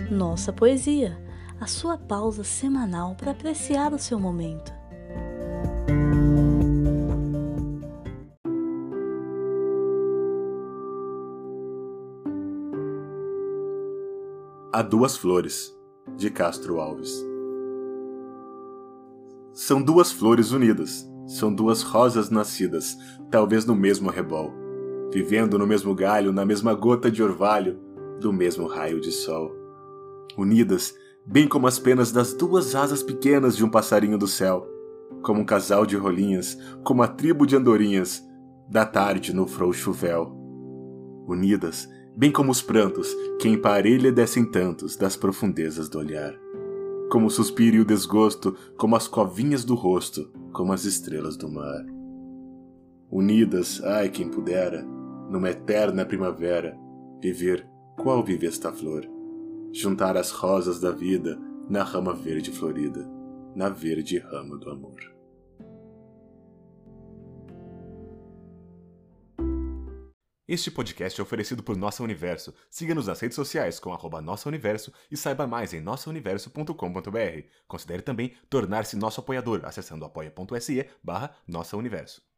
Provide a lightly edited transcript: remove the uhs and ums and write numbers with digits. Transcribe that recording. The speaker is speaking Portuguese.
Nossa Poesia, a sua pausa semanal para apreciar o seu momento. Há duas flores, de Castro Alves. São duas flores unidas, são duas rosas nascidas, talvez no mesmo arrebol, vivendo no mesmo galho, na mesma gota de orvalho, do mesmo raio de sol. Unidas, bem como as penas das duas asas pequenas de um passarinho do céu, como um casal de rolinhas, como a tribo de andorinhas, da tarde no frouxo véu. Unidas, bem como os prantos que em parelha descem tantos das profundezas do olhar, como o suspiro e o desgosto, como as covinhas do rosto, como as estrelas do mar. Unidas, ai quem pudera, numa eterna primavera, viver qual vive esta flor, juntar as rosas da vida na rama verde florida, na verde rama do amor. Este podcast é oferecido por Nossa Universo. Siga-nos nas redes sociais com @NossaUniverso e saiba mais em nossauniverso.com.br. Considere também tornar-se nosso apoiador acessando apoia.se/NossaUniverso.